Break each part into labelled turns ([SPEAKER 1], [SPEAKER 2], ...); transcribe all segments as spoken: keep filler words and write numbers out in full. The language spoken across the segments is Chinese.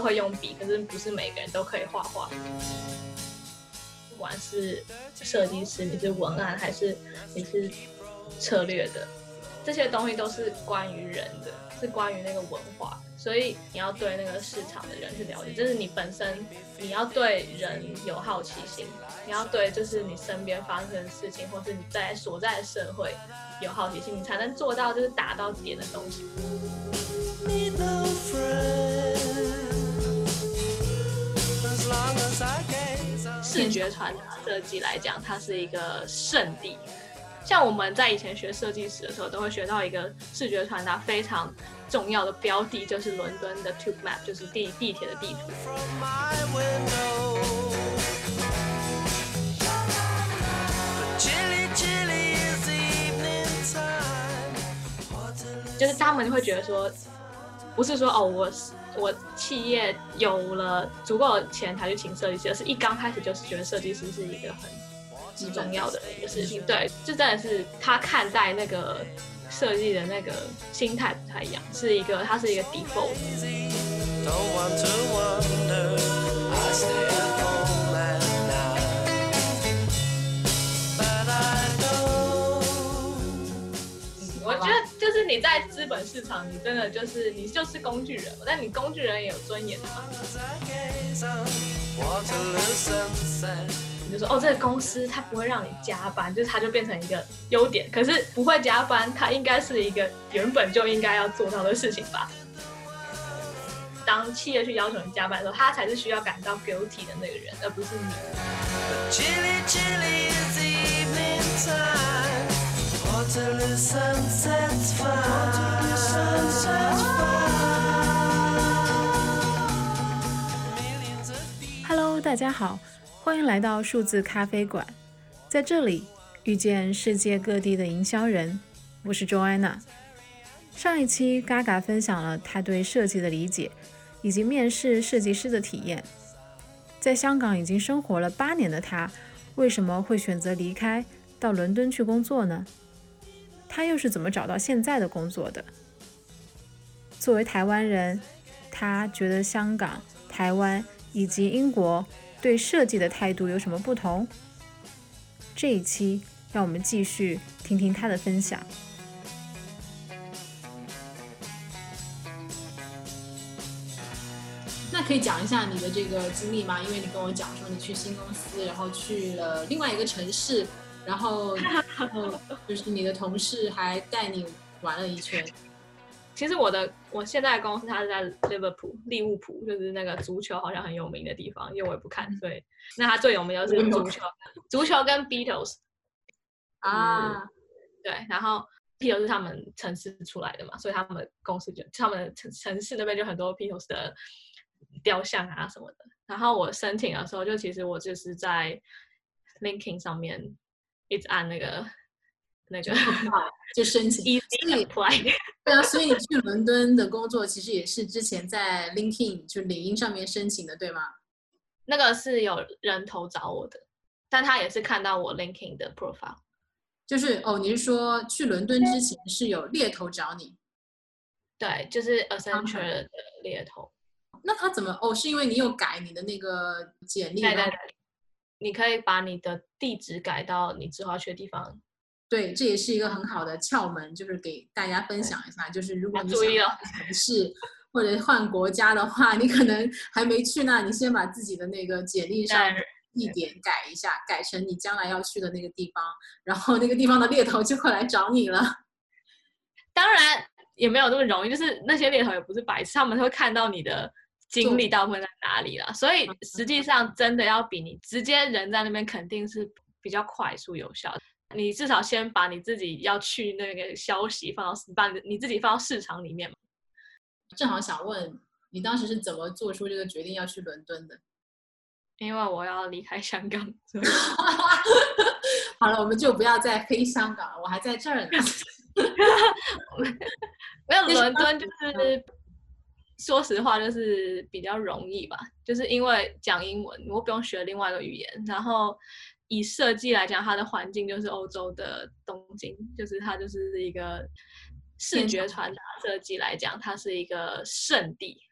[SPEAKER 1] 会用笔，可是不是每个人都可以画画。不管是设计师，你是文案还是你是策略的，这些东西都是关于人的，是关于那个文化，所以你要对那个市场的人去了解，就是你本身你要对人有好奇心，你要对就是你身边发生的事情，或是你在所在的社会有好奇心，你才能做到就是打到点的东西。视觉传达设计来讲，它是一个圣地。像我们在以前学设计史的时候，都会学到一个视觉传达非常重要的标的，就是伦敦的 Tube Map， 就是地地铁的地图。就是他们会觉得说，不是说哦，我我企业有了足够的钱才去请设计师，而是一刚开始就是觉得设计师是一个很重要的一个事情。对，就真的是他看待那个设计的那个心态不太一样，是一个它是一个 default。我觉得就是你在资本市场，你真的就是你就是工具人，但你工具人也有尊严的嘛。你就说哦，这个公司它不会让你加班，就是它就变成一个优点。可是不会加班，它应该是一个原本就应该要做到的事情吧？当企业去要求你加班的时候，他才是需要感到 guilty 的那个人，而不是你。
[SPEAKER 2] Hello， 大家好，欢迎来到数字咖啡馆，在这里遇见世界各地的营销人，我是 Joanna。上一期 Gaga 分享了她对设计的理解，以及面试设计师的体验。在香港已经生活了八年的她，为什么会选择离开到伦敦去工作呢？她又是怎么找到现在的工作的？作为台湾人，她觉得香港、台湾以及英国对设计的态度有什么不同？这一期让我们继续听听她的分享。
[SPEAKER 3] 那可以讲一下你的这个经历吗？因为你跟我讲说你去新公司，然后去了另外一个城市，然后就是你的同事还带你玩了一圈。
[SPEAKER 1] 其实我的我现在的公司它是在利物浦，利物浦就是那个足球好像很有名的地方，因为我也不看，所以那它最有名就是足球，足球跟 Beatles
[SPEAKER 3] 啊、嗯，
[SPEAKER 1] 对，然后 Beatles 是他们城市出来的嘛，所以他们公司就他们的城城市那边就很多 Beatles 的雕像啊什么的。然后我申请的时候，就其实我就是在 LinkedIn 上面一直按那个那个
[SPEAKER 3] 就申请
[SPEAKER 1] easy apply。
[SPEAKER 3] 对啊，所以你去伦敦的工作其实也是之前在 LinkedIn 就领英上面申请的，对吗？
[SPEAKER 1] 那个是有人头找我的，但他也是看到我 LinkedIn 的 profile。
[SPEAKER 3] 就是哦，你是说去伦敦之前是有猎头找你？
[SPEAKER 1] 对，就是 Accenture 的猎头。
[SPEAKER 3] 那他怎么哦？是因为你有改你的那个简历？
[SPEAKER 1] 对对对，你可以把你的地址改到你之后要去的地方。
[SPEAKER 3] 对，这也是一个很好的窍门，就是给大家分享一下。就是如果你想换城市或者换国家的话，你可能还没去那，你先把自己的那个简历上地点改一下，改成你将来要去的那个地方，然后那个地方的猎头就会来找你了。
[SPEAKER 1] 当然也没有那么容易，就是那些猎头也不是白痴，他们会看到你的经历大部分在哪里啦，所以实际上真的要比你直接人在那边肯定是比较快速有效的。你至少先把你自己要去那个消息放到把你自己放到市场里面嘛。
[SPEAKER 3] 正好想问你当时是怎么做出这个决定要去伦敦的？
[SPEAKER 1] 因为我要离开香港。
[SPEAKER 3] 好了，我们就不要再黑香港了，我还在这儿呢。
[SPEAKER 1] 没有，伦敦就是说实话就是比较容易吧，就是因为讲英文我不用学另外一个语言，然后以设计来讲，它的环境就是欧洲的东京，就是它就是一个视觉传达设计来讲，它是一个圣地。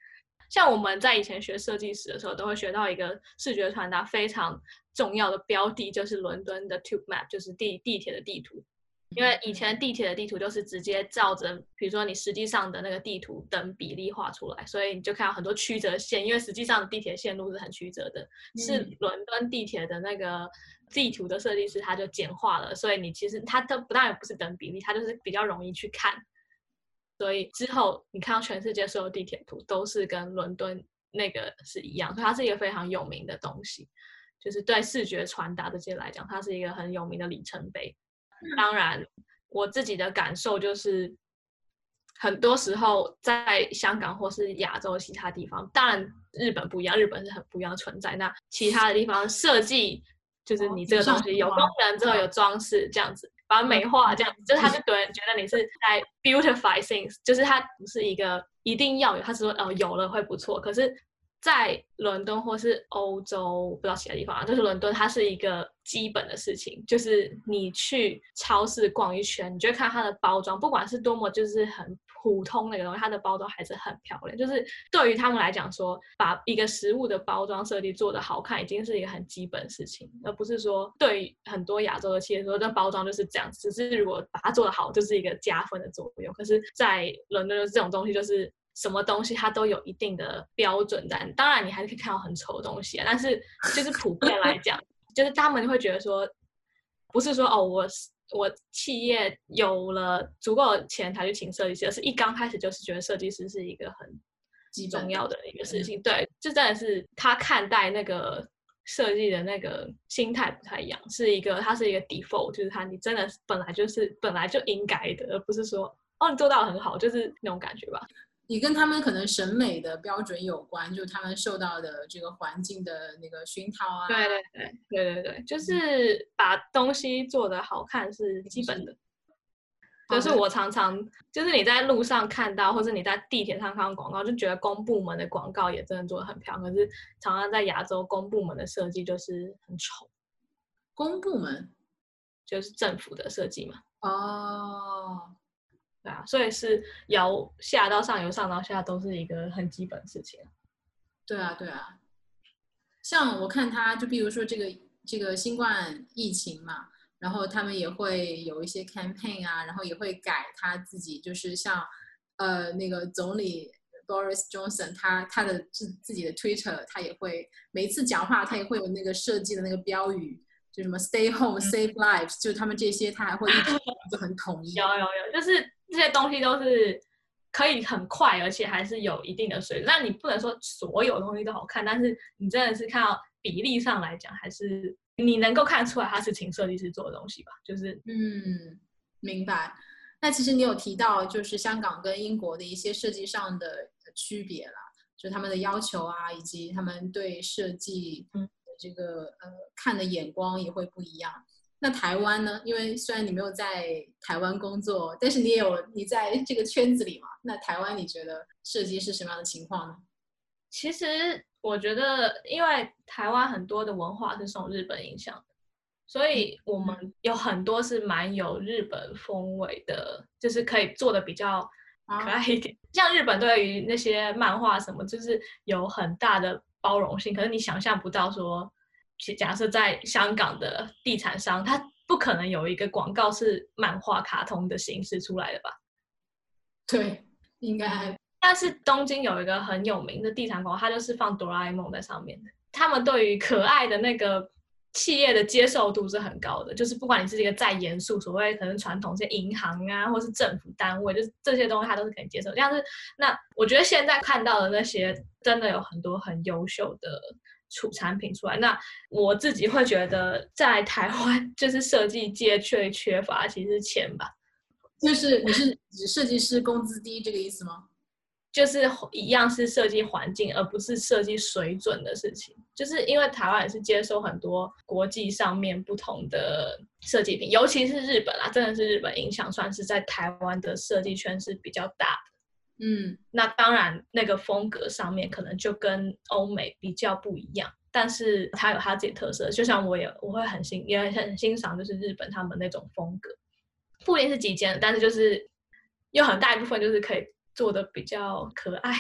[SPEAKER 1] 像我们在以前学设计史的时候，都会学到一个视觉传达非常重要的标的，就是伦敦的 Tube Map， 就是地地铁的地图。因为以前地铁的地图就是直接照着比如说你实际上的那个地图等比例画出来，所以你就看到很多曲折线，因为实际上地铁线路是很曲折的、嗯、是伦敦地铁的那个地图的设计师他就简化了，所以你其实它不但不是等比例，它就是比较容易去看，所以之后你看到全世界所有地铁图都是跟伦敦那个是一样，所以它是一个非常有名的东西，就是对视觉传达这些来讲它是一个很有名的里程碑。当然我自己的感受就是很多时候在香港或是亚洲其他地方，当然日本不一样，日本是很不一样的存在，那其他的地方设计就是你这个东西有功能之后有装饰这样子把它美化这样子，就是他就觉得你是在 beautify things， 就是它不是一个一定要有，他是说哦有了会不错，可是在伦敦或是欧洲不知道其他地方啊，就是伦敦它是一个基本的事情，就是你去超市逛一圈，你就会看它的包装，不管是多么就是很普通的一个东西，它的包装还是很漂亮，就是对于他们来讲说把一个食物的包装设计做得好看已经是一个很基本的事情，而不是说对于很多亚洲的企业说这包装就是这样，只是如果把它做得好就是一个加分的作用，可是在伦敦这种东西就是什么东西它都有一定的标准在，当然你还是可以看到很丑的东西啊，但是就是普遍来讲就是他们会觉得说不是说哦我我企业有了足够的钱才去请设计师，而是一刚开始就是觉得设计师是一个很重要的一个事情，对，这真的是他看待那个设计的那个心态不太一样，是一个它是一个 default， 就是他你真的本来就是本来就应该的，而不是说哦你做到很好，就是那种感觉吧。
[SPEAKER 3] 也跟他们可能审美的标准有关，就是他们受到的这个环境的那个熏陶啊。
[SPEAKER 1] 对对对对对对，就是把东西做得好看是基本的。就是我常常就是你在路上看到，或者你在地铁上看到广告，就觉得公部门的广告也真的做得很漂亮，可是常常在亚洲公部门的设计就是很丑。
[SPEAKER 3] 公部门
[SPEAKER 1] 就是政府的设计嘛。
[SPEAKER 3] 哦。
[SPEAKER 1] 对啊，所以是由下到上，由上到下都是一个很基本的事情。
[SPEAKER 3] 对啊，对啊。像我看他，就比如说这个这个新冠疫情嘛，然后他们也会有一些 campaign 啊，然后也会改他自己，就是像呃那个总理 Boris Johnson， 他他的自自己的 Twitter， 他也会每一次讲话，他也会有那个设计的那个标语。就什么 Stay Home、嗯、Save Lives， 就他们这些，他还会一直就很统一。
[SPEAKER 1] 有有有，就是这些东西都是可以很快，而且还是有一定的水准。但你不能说所有东西都好看，但是你真的是看到比例上来讲，还是你能够看出来它是请设计师做的东西吧？就是
[SPEAKER 3] 嗯，明白。那其实你有提到，就是香港跟英国的一些设计上的区别啦，就他们的要求啊，以及他们对设计。嗯。这个呃看的眼光也会不一样。那台湾呢？因为虽然你没有在台湾工作，但是你也有你在这个圈子里嘛。那台湾你觉得设计是什么样的情况呢？
[SPEAKER 1] 其实我觉得，因为台湾很多的文化是受日本影响的，所以我们有很多是蛮有日本风味的，就是可以做的比较可爱一点。啊、像日本对于那些漫画什么，就是有很大的包容性，可是你想象不到说，假设在香港的地产商，他不可能有一个广告是漫画卡通的形式出来的吧？
[SPEAKER 3] 对，应该。
[SPEAKER 1] 但是东京有一个很有名的地产广告，它就是放哆啦 A 梦在上面的。他们对于可爱的那个企业的接受度是很高的，就是不管你是一个再严肃，所谓可能传统这些银行啊，或是政府单位，就是这些东西它都是可以接受。但是那我觉得现在看到的那些真的有很多很优秀的出产品出来。那我自己会觉得在台湾就是设计界最缺乏其实是钱吧。
[SPEAKER 3] 就是你是指设计师工资低这个意思吗？
[SPEAKER 1] 就是一样是设计环境，而不是设计水准的事情。就是因为台湾也是接收很多国际上面不同的设计品，尤其是日本啦，真的是日本影响算是在台湾的设计圈是比较大的。
[SPEAKER 3] 嗯，
[SPEAKER 1] 那当然那个风格上面可能就跟欧美比较不一样，但是它有它自己的特色。就像我也我会很欣也很欣赏，就是日本他们那种风格，不一定是极简的，但是就是有很大一部分就是可以做的比较可爱，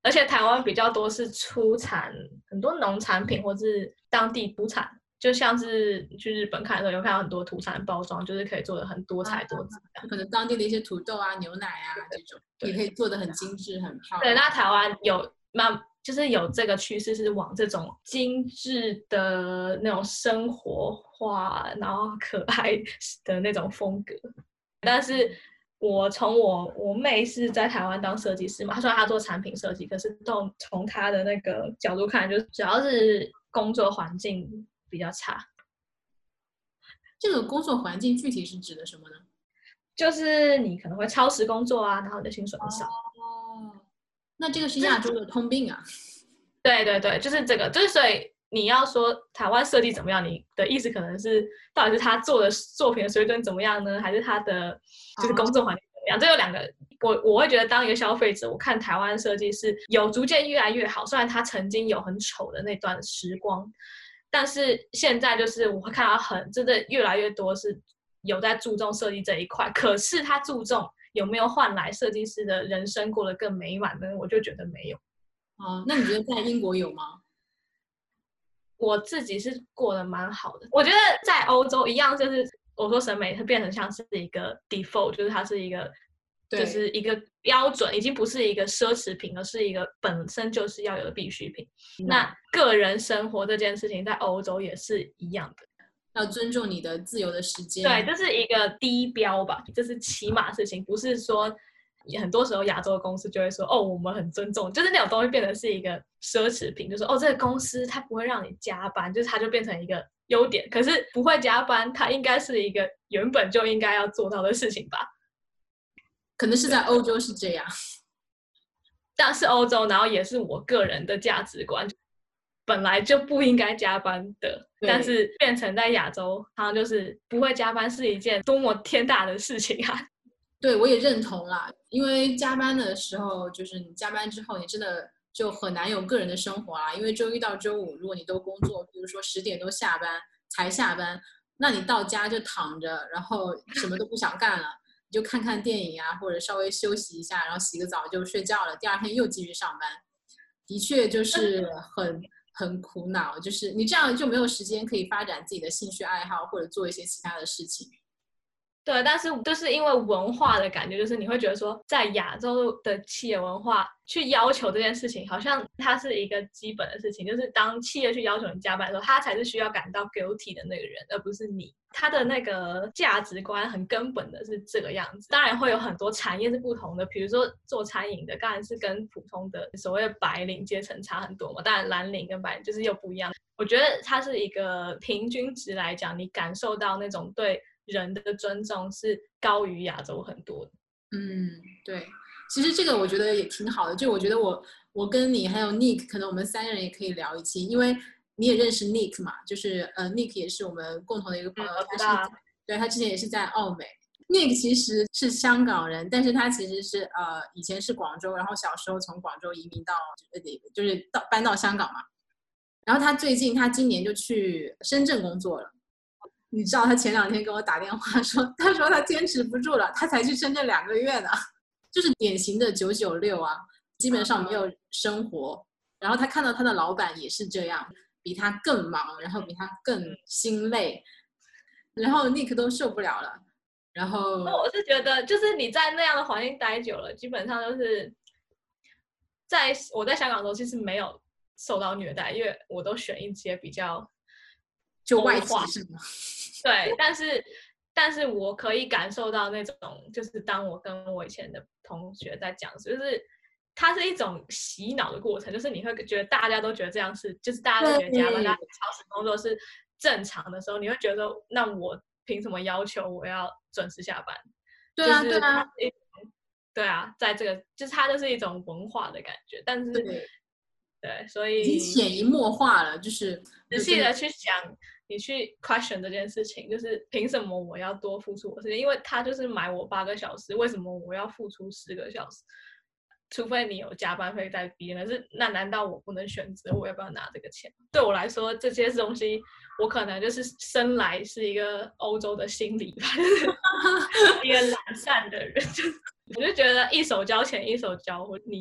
[SPEAKER 1] 而且台湾比较多是出产很多农产品或是当地土产，就像是去日本看的时候有看到很多土产包装，就是可以做的很多彩多姿、
[SPEAKER 3] 啊、可能当地的一些土豆啊牛奶啊这种也可以做的很精致很漂亮。
[SPEAKER 1] 对，那台湾有慢就是有这个趋势是往这种精致的那种生活化然后可爱的那种风格。但是我从我我妹是在台湾当设计师嘛，她说她做产品设计，可是从从她的那个角度看，就主要是工作环境比较差。
[SPEAKER 3] 这个工作环境具体是指的什么呢？
[SPEAKER 1] 就是你可能会超时工作啊，然后你的薪水很少。
[SPEAKER 3] 哦，那这个是亚洲的通病啊。
[SPEAKER 1] 对对对，就是这个，就是所以你要说台湾设计怎么样，你的意思可能是到底是他做的作品的水准怎么样呢，还是他的就是工作环境怎么样？哦、这有两个，我我会觉得当一个消费者，我看台湾设计是有逐渐越来越好，虽然他曾经有很丑的那段时光，但是现在就是我会看到很真的越来越多是有在注重设计这一块，可是他注重有没有换来设计师的人生过得更美满呢？我就觉得没有。
[SPEAKER 3] 哦，那你觉得在英国有吗？
[SPEAKER 1] 我自己是过得蛮好的。我觉得在欧洲一样，就是我说审美它变成像是一个 default， 就是它是一个就是一个标准，已经不是一个奢侈品，而是一个本身就是要有的必需品。嗯、那个人生活这件事情在欧洲也是一样的，
[SPEAKER 3] 要尊重你的自由的时间。
[SPEAKER 1] 对，这是一个低标吧，这是起码事情，不是说很多时候亚洲的公司就会说哦，我们很尊重，就是那种东西变成是一个奢侈品，就是哦，这个公司它不会让你加班，就是它就变成一个优点。可是不会加班，它应该是一个原本就应该要做到的事情吧？
[SPEAKER 3] 可能是在欧洲是这样，
[SPEAKER 1] 但是欧洲，然后也是我个人的价值观，本来就不应该加班的，但是变成在亚洲，好像就是不会加班是一件多么天大的事情啊！
[SPEAKER 3] 对，我也认同啦，因为加班的时候，就是你加班之后，你真的就很难有个人的生活啊。因为周一到周五，如果你都工作，比如说十点多下班才下班，那你到家就躺着，然后什么都不想干了，你就看看电影啊，或者稍微休息一下，然后洗个澡就睡觉了，第二天又继续上班，的确就是很很苦恼，就是你这样就没有时间可以发展自己的兴趣爱好，或者做一些其他的事情。
[SPEAKER 1] 对，但是就是因为文化的感觉，就是你会觉得说，在亚洲的企业文化去要求这件事情，好像它是一个基本的事情，就是当企业去要求你加班的时候，他才是需要感到 guilty 的那个人，而不是你。他的那个价值观很根本的是这个样子。当然会有很多产业是不同的，比如说做餐饮的，当然是跟普通的所谓的白领阶层差很多嘛。当然蓝领跟白领就是又不一样。我觉得它是一个平均值来讲，你感受到那种对人的尊重是高于亚洲很多的。
[SPEAKER 3] 嗯，对，其实这个我觉得也挺好的。就我觉得我我跟你还有 Nick， 可能我们三个人也可以聊一期，因为你也认识 Nick 嘛，就是呃 Nick 也是我们共同的一个朋友，
[SPEAKER 1] 嗯、
[SPEAKER 3] 他是对他之前也是在澳美。Nick 其实是香港人，但是他其实是呃以前是广州，然后小时候从广州移民到就是到搬到香港嘛，然后他最近他今年就去深圳工作了。你知道他前两天跟我打电话说，他说他坚持不住了，他才去深圳两个月呢，就是典型的九九六啊，基本上没有生活。然后他看到他的老板也是这样，比他更忙，然后比他更心累，然后 Nick 都受不了了。然后
[SPEAKER 1] 我是觉得，就是你在那样的环境待久了，基本上就是在我在香港的时候，其实没有受到虐待，因为我都选一些比较
[SPEAKER 3] 就外企是吗？
[SPEAKER 1] 对，但是但是我可以感受到那种，就是当我跟我以前的同学在讲，就是它是一种洗脑的过程，就是你会觉得大家都觉得这样是，就是大家都觉得加班、大家超时工作是正常的时候，你会觉得那我凭什么要求我要准时下班？
[SPEAKER 3] 对啊，
[SPEAKER 1] 就是
[SPEAKER 3] 对啊，
[SPEAKER 1] 对啊，在这个就是它就是一种文化的感觉，但是 对, 对，所以
[SPEAKER 3] 已经潜移默化了，就是
[SPEAKER 1] 仔细的去想。你去 question 这件事情，就是凭什么我要多付出我时间？因为他就是买我八个小时，为什么我要付出十个小时？除非你有加班费在逼，可是那难道我不能选择我要不要拿这个钱？对我来说，这些东西我可能就是生来是一个欧洲的心理吧，就是一个懒散的人，我就觉得一手交钱一手交货，你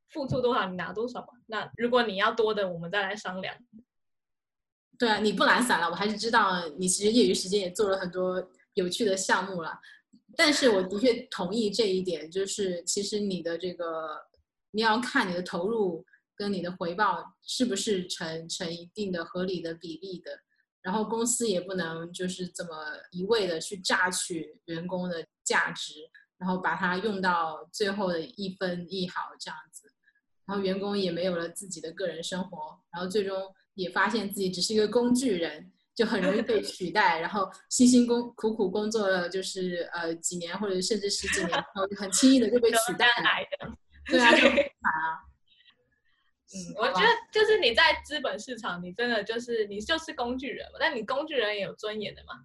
[SPEAKER 1] 付出多少你拿多少嘛。那如果你要多的，我们再来商量。
[SPEAKER 3] 对啊，你不懒散了，我还是知道你其实业余时间也做了很多有趣的项目了。但是我的确同意这一点，就是其实你的这个你要看你的投入跟你的回报是不是成成一定的合理的比例的。然后公司也不能就是这么一味的去榨取员工的价值，然后把它用到最后的一分一毫这样子，然后员工也没有了自己的个人生活，然后最终也发现自己只是一个工具人，就很容易被取代，然后辛辛苦苦工作了就是呃几年或者甚至十几年，然后很轻易的就被取代了。对啊，就很惨啊。
[SPEAKER 1] 嗯，我觉得就是你在资本市场，你真的就是你就是工具人嘛，但你工具人也有尊严的嘛。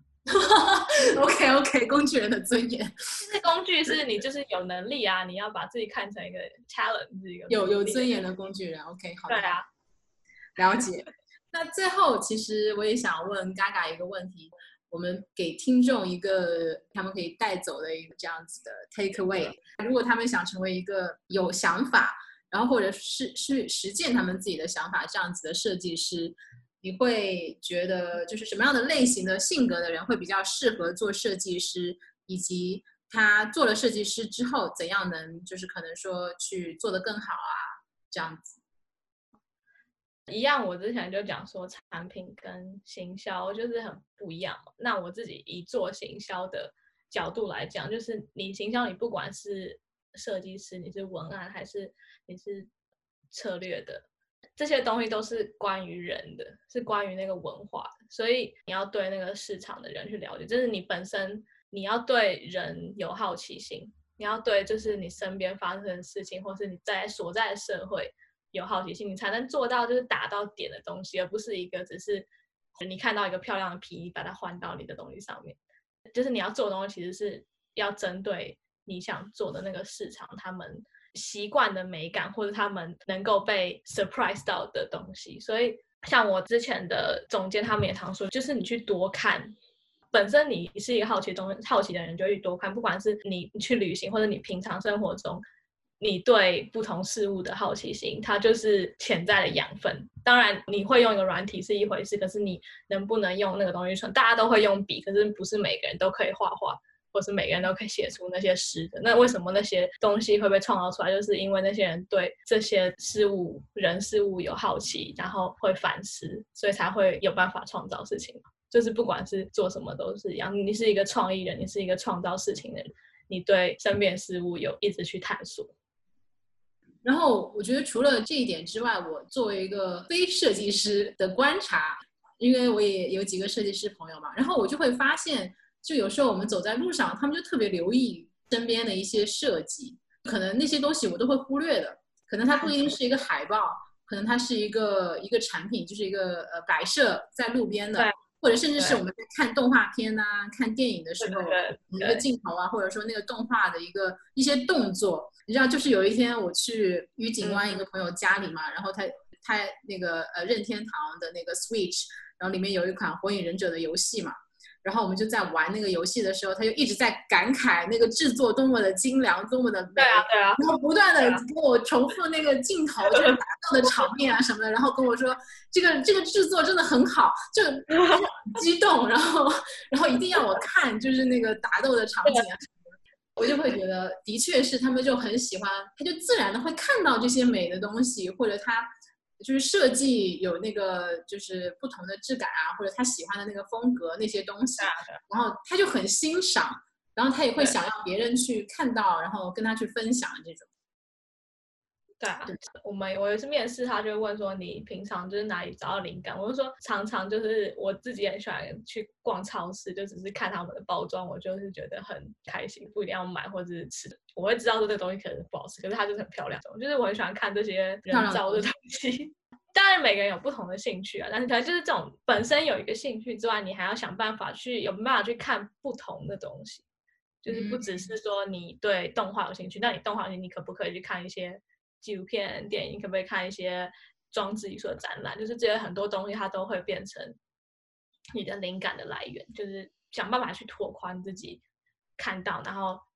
[SPEAKER 3] OK OK， 工具人的尊严。
[SPEAKER 1] 这工具是你就是有能力啊，你要把自己看成一个 talent， 是一个
[SPEAKER 3] 有有尊严的工具人。OK， 好的。
[SPEAKER 1] 对啊，
[SPEAKER 3] 了解。那最后，其实我也想问 Gaga 一个问题，我们给听众一个他们可以带走的一个这样子的 take away。如果他们想成为一个有想法，然后或者是是实践他们自己的想法这样子的设计师，你会觉得就是什么样的类型的性格的人会比较适合做设计师，以及他做了设计师之后怎样能就是可能说去做得更好啊这样子。
[SPEAKER 1] 一样，我之前就讲说产品跟行销就是很不一样嘛。那我自己以做行销的角度来讲，就是你行销你不管是设计师，你是文案还是你是策略的，这些东西都是关于人的，是关于那个文化的，所以你要对那个市场的人去了解，就是你本身你要对人有好奇心，你要对就是你身边发生的事情，或是你在所在的社会有好奇心，你才能做到就是打到点的东西，而不是一个只是你看到一个漂亮的皮把它换到你的东西上面。就是你要做的东西其实是要针对你想做的那个市场他们习惯的美感，或者他们能够被 surprise 到的东西。所以像我之前的总监他们也常说，就是你去多看，本身你是一个好奇东好奇的人就去多看，不管是你去旅行或者你平常生活中你对不同事物的好奇心，它就是潜在的养分。当然你会用一个软体是一回事，可是你能不能用那个东西传，大家都会用笔，可是不是每个人都可以画画，或是每个人都可以写出那些诗的。那为什么那些东西会被创造出来，就是因为那些人对这些事物人事物有好奇，然后会反思，所以才会有办法创造事情。就是不管是做什么都是一样，你是一个创意人，你是一个创造事情的人，你对身边事物有一直去探索。
[SPEAKER 3] 然后我觉得除了这一点之外，我作为一个非设计师的观察，因为我也有几个设计师朋友嘛，然后我就会发现，就有时候我们走在路上，他们就特别留意身边的一些设计，可能那些东西我都会忽略的，可能它不一定是一个海报，可能它是一个一个产品，就是一个呃摆设在路边的，或者甚至是我们在看动画片啊、看电影的时候，一个镜头啊，或者说那个动画的一个一些动作。你知道，就是有一天我去愉景湾一个朋友家里嘛，嗯、然后他他那个呃任天堂的那个 Switch， 然后里面有一款火影忍者的游戏嘛，然后我们就在玩那个游戏的时候，他就一直在感慨那个制作多么的精良，多么的美，
[SPEAKER 1] 对啊对啊，
[SPEAKER 3] 然后不断的给我重复那个镜头就是打斗的场面啊什么的，然后跟我说这个这个制作真的很好，就很激动，然后然后一定要我看就是那个打斗的场景啊。我就会觉得，的确是他们就很喜欢，他就自然的会看到这些美的东西，或者他就是设计有那个就是不同的质感啊，或者他喜欢的那个风格那些东西，然后他就很欣赏，然后他也会想让别人去看到，然后跟他去分享这种。
[SPEAKER 1] 对啊，我们我有一次面试，他就问说你平常就是哪里找到灵感？我就说常常就是我自己很喜欢去逛超市，就只是看他们的包装，我就是觉得很开心，不一定要买或者是吃。我会知道说这个东西可能不好吃，可是它就是很漂亮，就是我很喜欢看这些人造的东西。当然每个人有不同的兴趣啊，但是可能就是这种本身有一个兴趣之外，你还要想办法去有办法去看不同的东西，就是不只是说你对动画有兴趣，那你动画你可不可以去看一些纪录片、电影，可不可以看一些装置艺术的展览？就是这些很多东西，它都会变成你的灵感的来源，就是想办法去拓宽自己看到，然后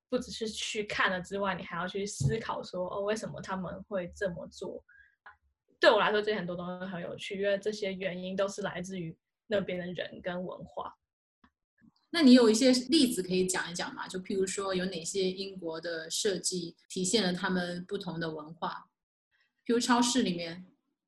[SPEAKER 1] 不只是去看了之外，你还要去思考说，哦，为什么他们会这么做？对我来说，这些很多东西很有趣，因为这些原因都是来自于那边的人跟文化。
[SPEAKER 3] 那你有一些例子可以讲一讲吗？就譬如说，有哪些英国的设计体现了他们不同的文化？譬如超市里面，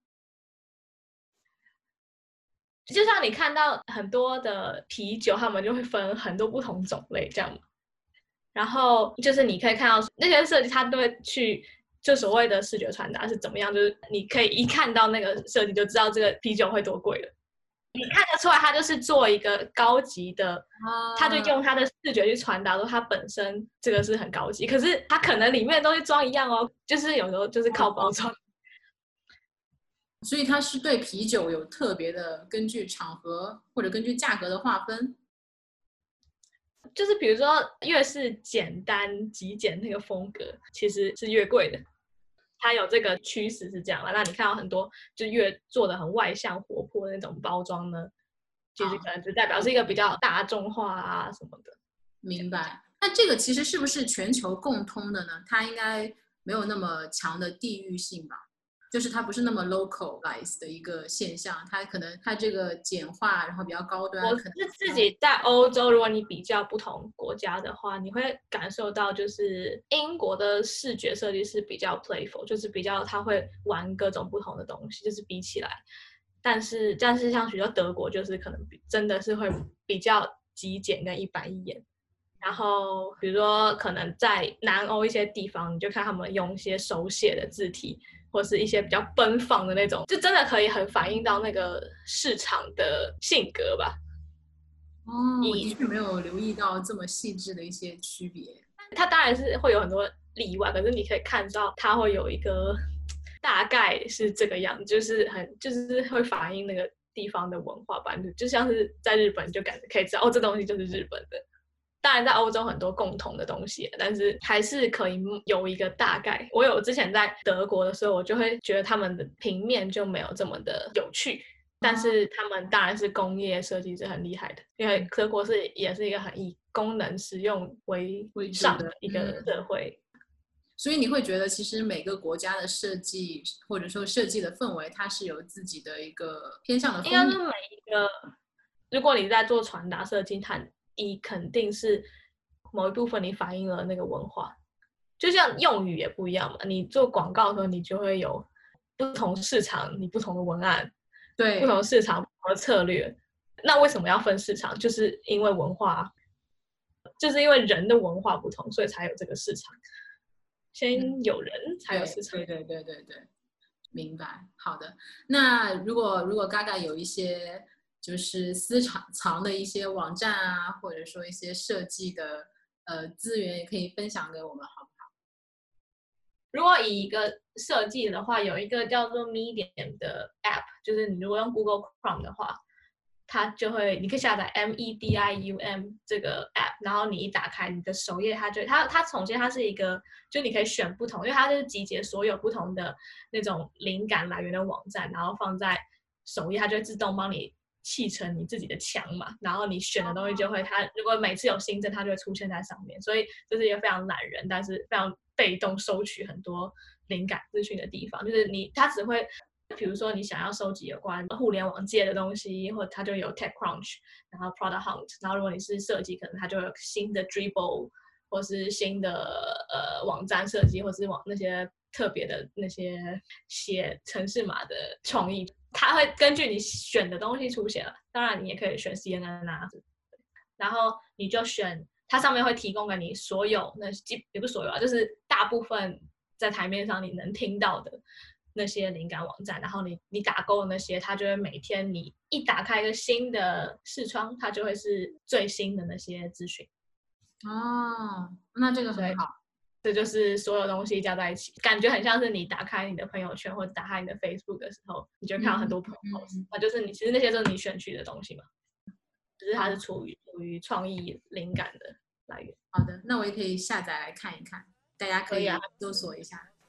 [SPEAKER 1] 就像你看到很多的啤酒，他们就会分很多不同种类这样嘛。然后就是你可以看到那些设计，他都会去就所谓的视觉传达是怎么样，就是你可以一看到那个设计就知道这个啤酒会多贵了。你看得出来，他就是做一个高级的，啊、他就用他的视觉去传达说他本身这个是很高级，可是他可能里面的东西装一样哦，就是有时候就是靠包装。
[SPEAKER 3] 所以它是对啤酒有特别的根据场合或者根据价格的划分。
[SPEAKER 1] 就是比如说越是简单极简那个风格，其实是越贵的。它有这个趋势是这样的。那你看到很多就越做的很外向活泼的那种包装呢，其实可能就代表是一个比较大众化啊什么的。
[SPEAKER 3] 明白。那这个其实是不是全球共通的呢？它应该没有那么强的地域性吧？就是它不是那么 localize 的一个现象，它可能它这个简化，然后比较高端。
[SPEAKER 1] 我是自己在欧洲，如果你比较不同国家的话，你会感受到就是英国的视觉设计是比较 playful， 就是比较他会玩各种不同的东西，就是比起来，但是但是像许多德国就是可能真的是会比较极简跟一板一眼。然后比如说可能在南欧一些地方，你就看他们用一些手写的字体，或是一些比较奔放的那种，就真的可以很反映到那个市场的性格吧。
[SPEAKER 3] 哦，我的确没有留意到这么细致的一些区别。
[SPEAKER 1] 它当然是会有很多例外，可是你可以看到它会有一个大概是这个样子，就是很就是会反映那个地方的文化吧。就像是在日本就感觉可以知道，哦，这东西就是日本的。当然在欧洲很多共同的东西，但是还是可以有一个大概。我有之前在德国的时候，我就会觉得他们的平面就没有这么的有趣，但是他们当然是工业设计是很厉害的，因为德国是也是一个很以功能实用为上的一个社会。
[SPEAKER 3] 嗯，所以你会觉得其实每个国家的设计或者说设计的氛围，它是有自己的一个偏向的风格。
[SPEAKER 1] 应该是每一个，如果你在做传达设计，它你肯定是某一部分你反映了那个文化，就像用语也不一样嘛。你做广告的时候，你就会有不同市场，你不同的文案，
[SPEAKER 3] 对，
[SPEAKER 1] 不同市场不同的策略。那为什么要分市场？就是因为文化，就是因为人的文化不同，所以才有这个市场。先有人才有市场。
[SPEAKER 3] 对对对对对，明白。好的，那如果如果嘎嘎有一些就是私藏藏的一些网站啊，或者说一些设计的呃资源，也可以分享给我们，好不好？
[SPEAKER 1] 如果以一个设计的话，有一个叫做 Medium 的 App， 就是你如果用 Google Chrome 的话，它就会你可以下载 M E D I U M 这个 App， 然后你一打开你的首页，它就它它首先它是一个，就你可以选不同，因为它就是集结所有不同的那种灵感来源的网站，然后放在首页，它就会自动帮你砌成你自己的墙嘛，然后你选的东西就会，它如果每次有新增，它就会出现在上面，所以这是一个非常懒人，但是非常被动收取很多灵感资讯的地方，就是你它只会。比如说你想要收集有关互联网界的东西，或者它就有 TechCrunch， 然后 Product Hunt， 然后如果你是设计，可能它就有新的 Dribble， 或是新的呃网站设计，或是网那些特别的那些写程式码的创意，它会根据你选的东西出现了。当然你也可以选 C N N 啊，然后你就选它上面会提供给你所有那也不是所有啊，就是大部分在台面上你能听到的那些灵感网站，然后你你打勾的那些，它就会每天你一打开一个新的视窗，它就会是最新的那些资讯。
[SPEAKER 3] 哦，那这个很好。
[SPEAKER 1] 这就是所有东西加在一起，感觉很像是你打开你的朋友圈或者打开你的 Facebook 的时候，你就看到很多朋友 post，、嗯、那就是你其实那些都是你选取的东西嘛，只是它是出于出于创意灵感的来源。
[SPEAKER 3] 好的，那我也可以下载来看一看，大家可以搜索一下。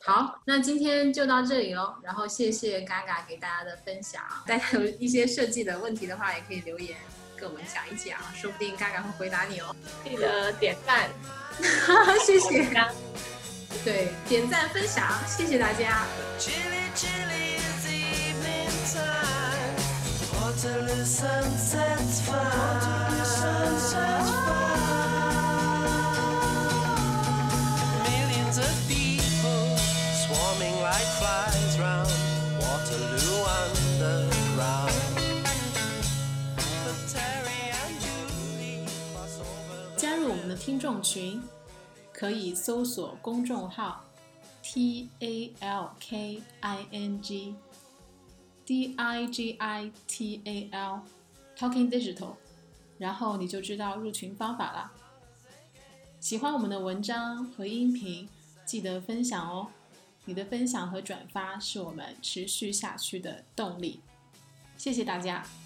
[SPEAKER 3] 好，那今天就到这里喽。然后谢谢嘎嘎给大家的分享，大家有一些设计的问题的话，也可以留言跟我们讲一讲，说不定嘎嘎会回答你哦。
[SPEAKER 1] 记得点赞，
[SPEAKER 3] 谢谢。对，点赞分享，谢谢大家。
[SPEAKER 4] Like flies round Waterloo Underground. But Terry and Julie cross over.
[SPEAKER 2] 加入我们的听众群，可以搜索公众号 T A L K I N G D I G I T A L Talking Digital， 然后你就知道入群方法啦。喜欢我们的文章和音频，记得分享哦。你的分享和转发是我们持续下去的动力，谢谢大家。